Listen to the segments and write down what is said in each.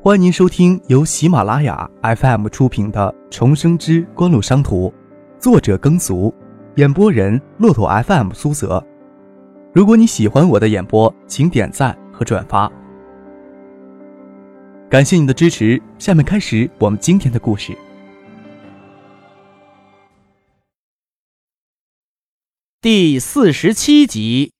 欢迎您收听由喜马拉雅 FM 出品的《重生之官路商途》，作者耕俗，演播人骆驼 FM 苏泽。如果你喜欢我的演播，请点赞和转发，感谢你的支持。下面开始我们今天的故事。 第47集。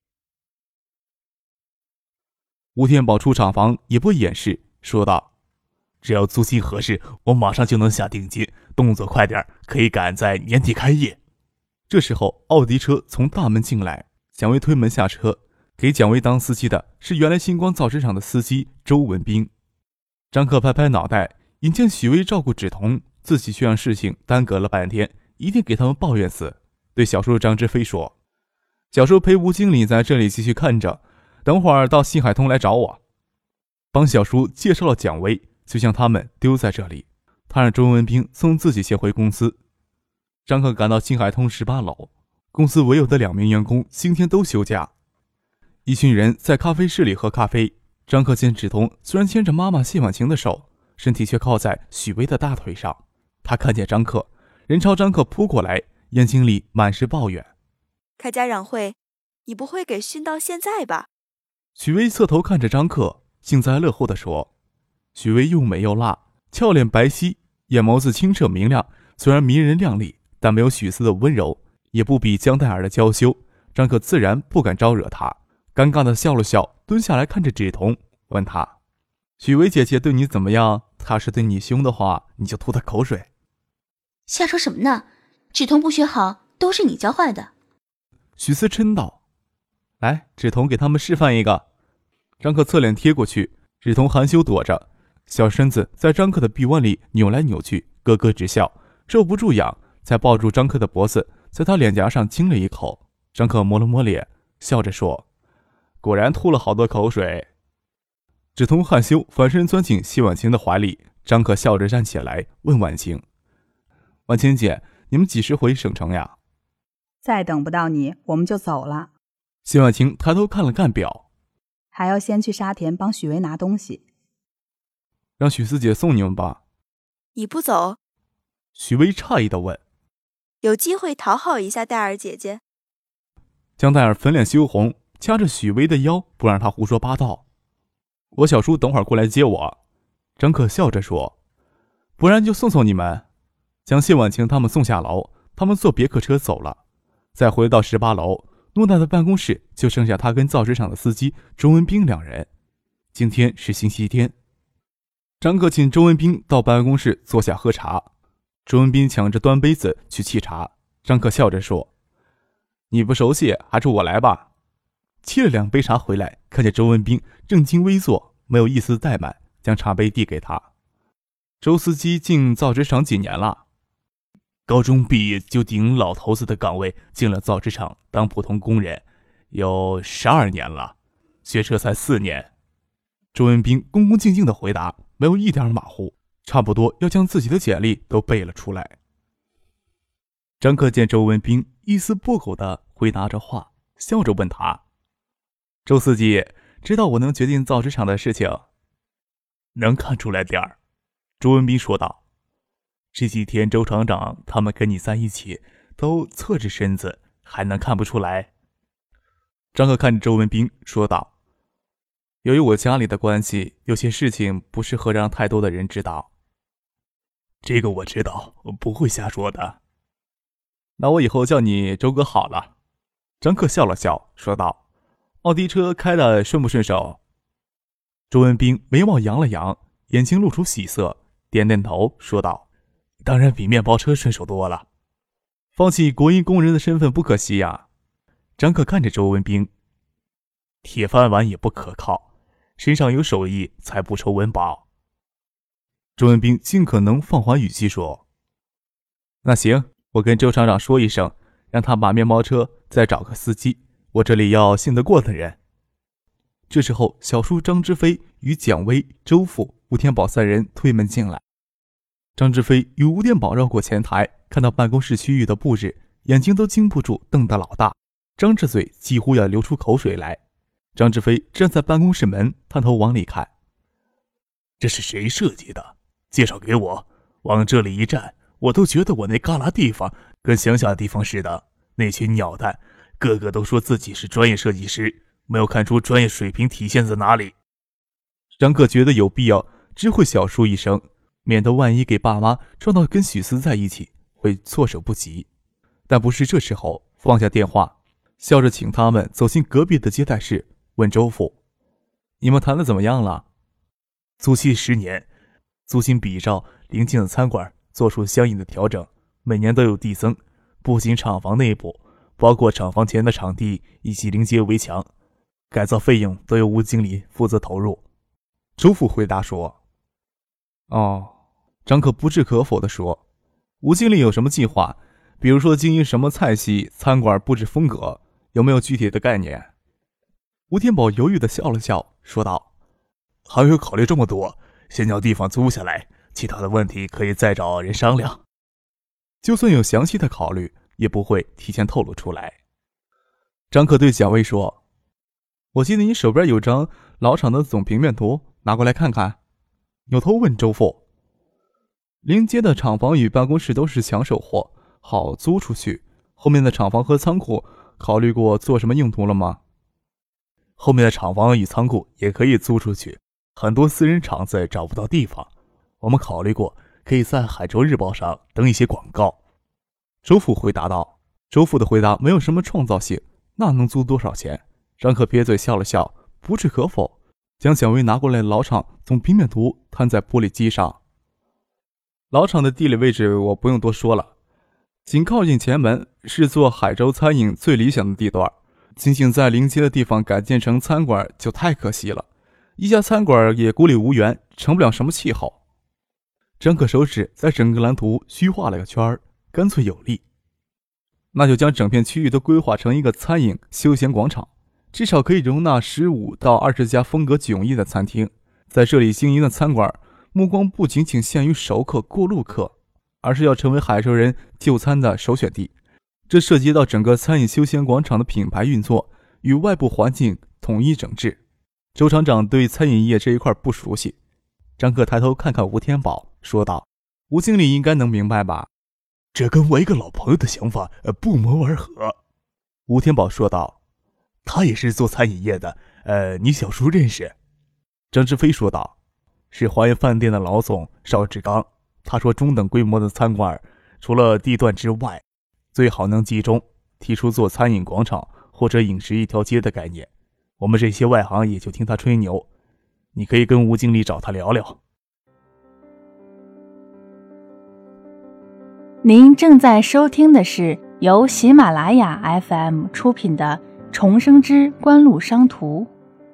吴天宝出厂房也不掩饰，说道：“只要租金合适，我马上就能下定金，动作快点，可以赶在年底开业。”这时候，奥迪车从大门进来，蒋薇推门下车。给蒋薇当司机的是原来星光造纸厂的司机周文斌。张克拍拍脑袋，眼见许巍照顾芷彤，自己却让事情耽搁了半天，一定给他们抱怨死。对小叔张之飞说：“小叔陪吴经理在这里继续看着，等会儿到新海通来找我。”帮小叔介绍了蒋薇，就将他们丢在这里。他让周文斌送自己先回公司。张克赶到新海通18楼，公司唯有的2名员工今天都休假。一群人在咖啡室里喝咖啡。张克见芷彤虽然牵着妈妈谢婉晴的手，身体却靠在许巍的大腿上。他看见张克，人朝张克扑过来，眼睛里满是抱怨：“ 开家长会，你不会给熏到现在吧？” 许巍侧头看着张克，幸灾乐祸地说。许巍又美又辣，俏脸白皙，眼眸子清澈明亮，虽然迷人靓丽，但没有许思的温柔，也不比江黛儿的娇羞。张克自然不敢招惹她，尴尬地笑了笑，蹲下来看着芷彤，问她：“许巍姐姐对你怎么样？她是对你凶的话，你就吐她口水。” 瞎说什么呢？芷彤不学好，都是你教坏的。 许思嗔道：“来，芷彤给他们示范一个。”张克侧脸贴过去，芷彤含羞躲着，小身子在张克的臂弯里扭来扭去，咯咯直笑，受不住痒，才抱住张克的脖子，在他脸颊上亲了一口。张克摸了摸脸，笑着说：“果然吐了好多口水。”芷彤害羞反身钻进谢婉晴的怀里。张克笑着站起来问婉晴：“婉晴姐，你们几时回省城呀？”“ 再等不到你，我们就走了。” 谢婉晴抬头看了看表：“ 还要先去沙田帮许巍拿东西。”“ 让许思姐送你们吧。”“ 你不走？” 许巍诧异地问。 “有机会讨好一下黛儿姐姐。” 江黛儿粉脸羞红，掐着许巍的腰，不让他胡说八道。“我小叔等会儿过来接我。”张克笑着说，“不然就送送你们。”将谢婉晴他们送下楼，他们坐别克车走了。再回到18楼，诺娜的办公室就剩下他跟造纸厂的司机周文斌2人。今天是星期天。张克请周文斌到办公室坐下喝茶，周文斌抢着端杯子去沏茶。张克笑着说：“你不熟悉，还是我来吧。”沏了2杯茶回来，看见周文斌正襟危坐，没有一丝怠慢，将茶杯递给他。“周司机进造纸厂几年了？”“高中毕业就顶老头子的岗位，进了造纸厂当普通工人，有12年了，学车才4年。”周文斌恭恭敬敬地回答，没有一点马虎，差不多要将自己的简历都背了出来。张克见周文斌一丝不苟地回答着话，笑着问他：“周司机，知道我能决定造纸厂的事情？”“能看出来点儿。”周文斌说道。“这几天周厂长他们跟你在一起，都侧着身子，还能看不出来？”张克看着周文斌说道：“由于我家里的关系，有些事情不适合让太多的人知道。”“这个我知道，我不会瞎说的。”“那我以后叫你周哥好了。”张克笑了笑说道：“奥迪车开得顺不顺手？”周文斌眉毛扬了扬，眼睛露出喜色，点点头说道：“当然比面包车顺手多了。放弃国营工人的身份不可惜呀。”张克看着周文斌：“铁饭碗也不可靠，身上有手艺才不愁温饱。”周文斌尽可能放缓语气说：“那行，我跟周厂长说一声，让他把面包车再找个司机，我这里要信得过的人。”这时候，小叔张之飞与蒋薇、周父、吴天宝3人推门进来。张之飞与吴天宝绕过前台，看到办公室区域的布置，眼睛都禁不住瞪得老大，张着嘴几乎要流出口水来。张之飞站在办公室门，探头往里看。 这是谁设计的？介绍给我。往这里一站，我都觉得我那旮旯地方跟乡下地方似的。那群鸟蛋，个个都说自己是专业设计师，没有看出专业水平体现在哪里。 张克觉得有必要知会小叔一声，免得万一给爸妈撞到跟许思在一起，会措手不及。但不是这时候，放下电话，笑着请他们走进隔壁的接待室，问周父：“你们谈的怎么样了？” 租期10年，租金比照邻近的餐馆做出相应的调整，每年都有递增。不仅厂房内部，包括厂房前的场地以及临街围墙，改造费用都由吴经理负责投入。 周父回答说：“哦。”张克不置可否地说：“吴经理有什么计划？比如说经营什么菜系、餐馆布置风格，有没有具体的概念？”吴天宝犹豫地笑了笑，说道：“ 还没有考虑这么多，先将地方租下来，其他的问题可以再找人商量。 就算有详细的考虑，也不会提前透露出来。”张克对蒋薇说：“我记得你手边有张老厂的总平面图，拿过来看看。”扭头问周父：“临街的厂房与办公室都是抢手货，好租出去。后面的厂房和仓库，考虑过做什么用途了吗？” 后面的厂房与仓库也可以租出去，很多私人厂子找不到地方，我们考虑过可以在海州日报上登一些广告。 周父回答道。周父的回答没有什么创造性，那能租多少钱？张克撇嘴笑了笑，不置可否，将蒋薇拿过来的老厂总平面图摊在玻璃机上。老厂的地理位置我不用多说了，紧靠近前门，是做海州餐饮最理想的地段。仅仅在临街的地方改建成餐馆就太可惜了，一家餐馆也孤立无援，成不了什么气候。张克手指在整个蓝图虚画了个圈，干脆有力。那就将整片区域都规划成一个餐饮休闲广场，至少可以容纳15到20家风格迥异的餐厅。在这里经营的餐馆，目光不仅仅限于熟客、过路客，而是要成为海州人就餐的首选地。这涉及到整个餐饮休闲广场的品牌运作与外部环境统一整治。周厂长对餐饮业这一块不熟悉，张克抬头看看吴天宝，说道：“吴经理应该能明白吧？”“ 这跟我一个老朋友的想法不谋而合。” 吴天宝说道。 “他也是做餐饮业的，你小叔认识？” 张志飞说道。 “是华苑饭店的老总邵志刚，他说中等规模的餐馆除了地段之外，最好能集中，提出做餐饮广场或者饮食一条街的概念。我们这些外行也就听他吹牛，你可以跟吴经理找他聊聊。” 您正在收听的是由喜马拉雅 FM 出品的《重生之官路商途》。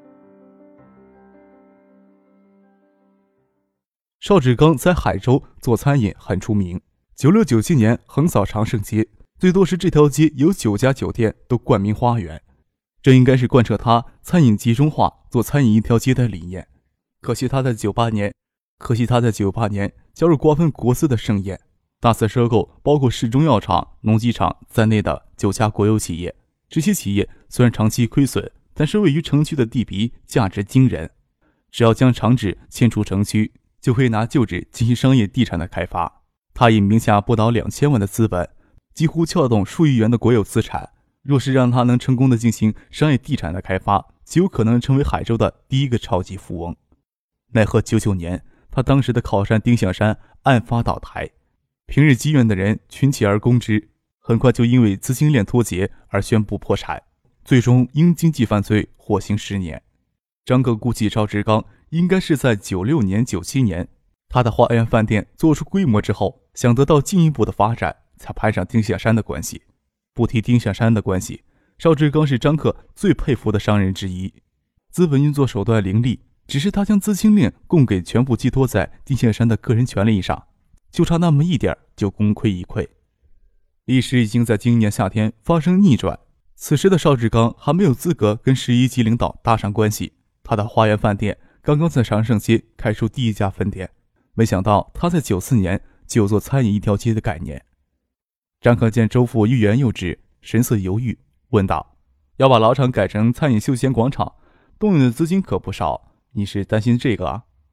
邵志刚在海州做餐饮很出名，96、97年横扫长盛街，最多时这条街有9家酒店都冠名花园，这应该是贯彻他餐饮集中化、做餐饮一条街的理念。可惜他在98年加入瓜分国资的盛宴，大肆收购包括市中药厂、农机厂在内的9家国有企业。这些企业虽然长期亏损，但是位于城区的地皮价值惊人，只要将厂址迁出城区，就可以拿旧址进行商业地产的开发。他以名下不到2000万的资本，几乎撬动数亿元的国有资产。若是让他能成功的进行商业地产的开发，极有可能成为海州的第一个超级富翁。奈何99年，他当时的靠山丁香山案发倒台，平日积怨的人群起而攻之，很快就因为资金链脱节而宣布破产，最终因经济犯罪获刑10年。张克估计赵志刚应该是在96年、97年，他的花园饭店做出规模之后，想得到进一步的发展，才攀上丁香山的关系。不提丁香山的关系，邵志刚是张克最佩服的商人之一。资本运作手段凌厉，只是他将资金链供给全部寄托在丁香山的个人权利上，就差那么一点就功亏一篑。历史已经在今年夏天发生逆转，此时的邵志刚还没有资格跟11级领导搭上关系。他的花园饭店刚刚在长盛街开出第一家分店，没想到他在94年就有做餐饮一条街的概念。张克见周父欲言又止，神色犹豫，问道：“要把老厂改成餐饮休闲广场，动用的资金可不少，你是担心这个啊？”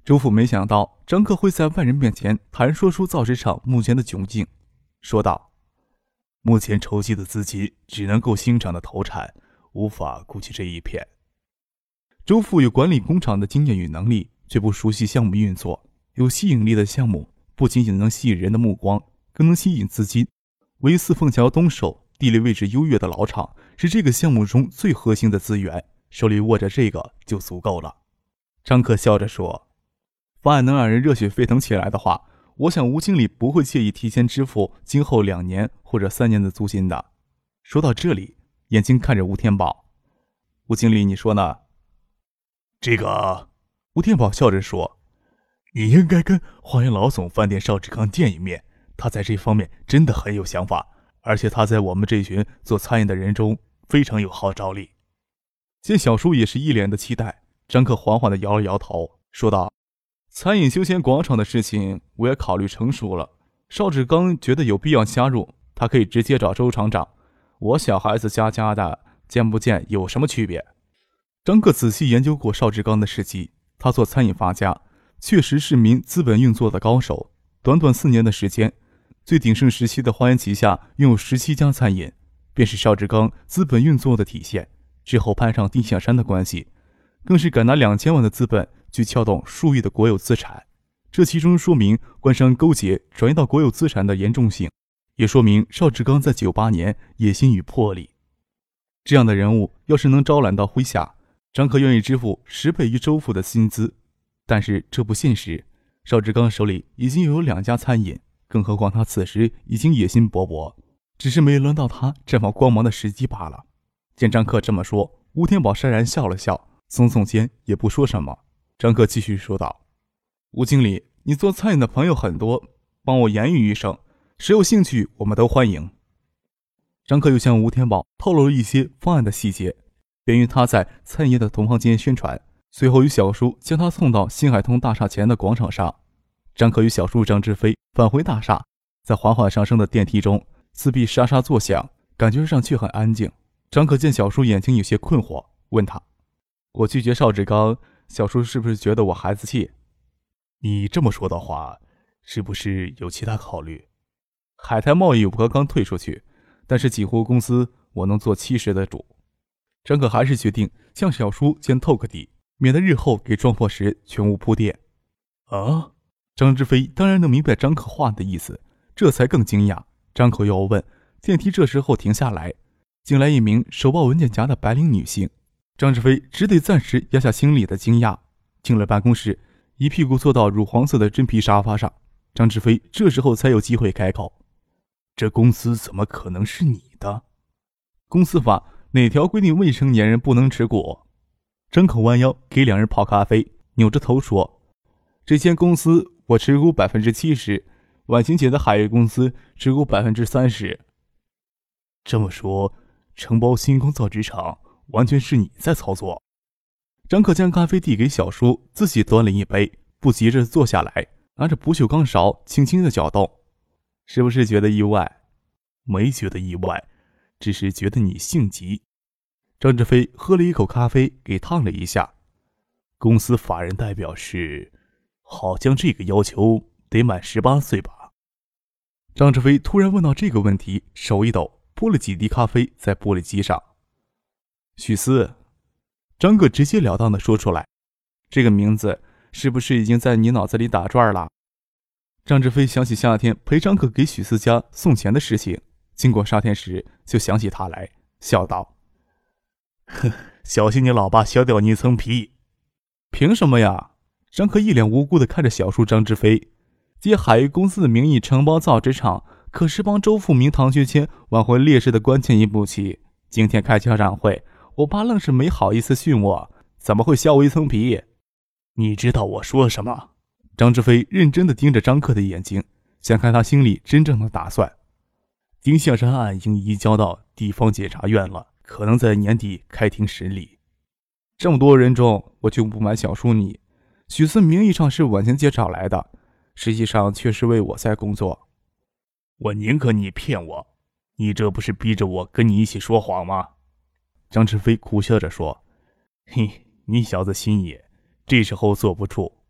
周父没想到张克会在外人面前坦然说出造纸厂目前的窘境，说道： 目前筹集的资金只能够新厂的投产，无法顾及这一片。 周父有管理工厂的经验与能力，却不熟悉项目运作。有吸引力的项目不仅仅能吸引人的目光，更能吸引资金。为四凤桥东首地理位置优越的老厂是这个项目中最核心的资源，手里握着这个就足够了。张克笑着说：方案能让人热血沸腾起来的话，我想吴经理不会介意提前支付今后2年或者3年的租金的。说到这里，眼睛看着吴天宝：吴经理，你说呢？ 这个， 吴天宝笑着说： 你应该跟花园老总饭店邵志刚见一面，他在这方面真的很有想法，而且他在我们这群做餐饮的人中非常有号召力。 见小叔也是一脸的期待，张克缓缓地摇了摇头，说道：餐饮休闲广场的事情我也考虑成熟了，邵志刚觉得有必要加入，他可以直接找周厂长，我小孩子家的，见不见有什么区别？张克仔细研究过邵志刚的事迹，他做餐饮发家，确实是名资本运作的高手。短短4年的时间，最鼎盛时期的花园旗下拥有17家餐饮，便是邵志刚资本运作的体现。之后攀上地下山的关系，更是敢拿2000万的资本去撬动数亿的国有资产。这其中说明官商勾结转移到国有资产的严重性，也说明邵志刚在98年野心与魄力。这样的人物要是能招揽到麾下，张克愿意支付10倍于周父的薪资，但是这不现实。邵志刚手里已经有2家餐饮，更何况他此时已经野心勃勃，只是没轮到他绽放光芒的时机罢了。见张克这么说，吴天宝潸然笑了笑，耸耸肩也不说什么。张克继续说道：吴经理，你做餐饮的朋友很多，帮我言语一声，谁有兴趣我们都欢迎。张克又向吴天宝透露了一些方案的细节，便于他在餐饮业的同行间宣传，随后与小叔将他送到新海通大厦前的广场上。张克与小叔张之飞返回大厦，在缓缓上升的电梯中，四壁沙沙作响，感觉上却很安静。张克见小叔眼睛有些困惑，问他：我拒绝邵志刚，小叔是不是觉得我孩子气？ 你这么说的话，是不是有其他考虑？ 海泰贸易我刚退出去，但是锦湖公司我能做70%的主。张克还是决定向小叔先透个底，免得日后给撞破时全无铺垫。 啊！ 张之飞当然能明白张克话的意思，这才更惊讶，张口要问。电梯这时候停下来，进来一名手抱文件夹的白领女性。张之飞只得暂时压下心里的惊讶，进了办公室，一屁股坐到乳黄色的真皮沙发上。张之飞这时候才有机会开口： 这公司怎么可能是你的？ 公司法哪条规定未成年人不能持股？张口弯腰给2人泡咖啡，扭着头说：这间公司我持股70%，婉晴姐的海域公司持股30%。 这么说，承包星光造纸厂完全是你在操作。 张克将咖啡递给小叔，自己端了一杯，不急着坐下来，拿着不锈钢勺轻轻地搅动。是不是觉得意外？ 没觉得意外，只是觉得你性急。 张志飞喝了一口咖啡，给烫了一下。 公司法人代表是，好像这个要求得满18岁吧？ 张志飞突然问到这个问题，手一抖，泼了几滴咖啡在玻璃机上。许思，张克直截了当地说出来，这个名字是不是已经在你脑子里打转了？张志飞想起夏天陪张克给许思家送钱的事情，经过沙田时就想起他来，笑道： 哼，小心你老爸削掉你一层皮。 凭什么呀？张克一脸无辜地看着小叔张志飞，借海域公司的名义承包造纸厂，可是帮周富明、唐学谦挽回劣势的关键一步棋。今天开家长会，我爸愣是没好意思训我，怎么会削我一层皮？ 你知道我说什么？ 张志飞认真地盯着张克的眼睛，想看他心里真正的打算。 丁向山案已经移交到地方检察院了，可能在年底开庭审理。 这么多人中，我就不瞒小叔你，许思名义上是婉晴姐找来的，实际上却是为我在工作。 我宁可你骗我，你这不是逼着我跟你一起说谎吗？ 张志飞苦笑着说： 嘿，你小子心野，这时候坐不住，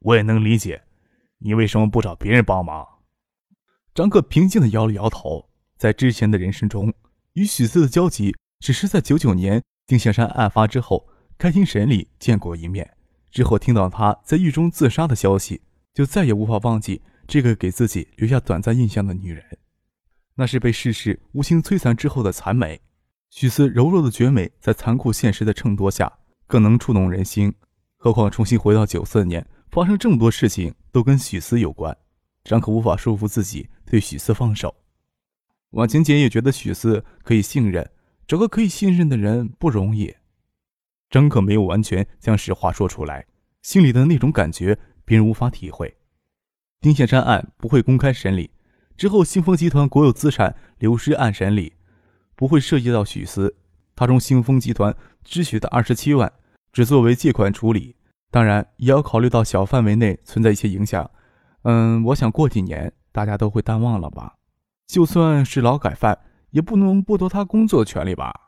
我也能理解，你为什么不找别人帮忙？ 张克平静地摇了摇头，在之前的人生中，与许四的交集只是在99年丁香山案发之后开庭审理见过一面，之后听到他在狱中自杀的消息，就再也无法忘记这个给自己留下短暂印象的女人。那是被世事无情摧残之后的残美。许四柔弱的绝美在残酷现实的衬托下更能触动人心，何况重新回到94年，发生这么多事情都跟许四有关，张可无法说服自己对许四放手。婉晴姐也觉得许四可以信任，找个可以信任的人不容易。张可没有完全将实话说出来，心里的那种感觉别人无法体会。丁宪山案不会公开审理，之后兴丰集团国有资产流失案审理不会涉及到许四，他从兴丰集团支取的27万只作为借款处理，当然也要考虑到小范围内存在一些影响。我想过几年大家都会淡忘了吧，就算是劳改犯也不能剥夺他工作权利吧。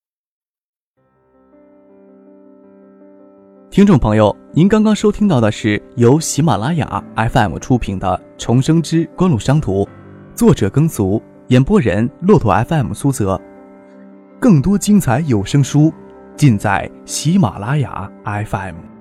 听众朋友，您刚刚收听到的是由喜马拉雅 FM 出品的《重生之官路商途》，作者耕俗，演播人骆驼 FM 苏泽。更多精彩有声书尽在喜马拉雅 FM。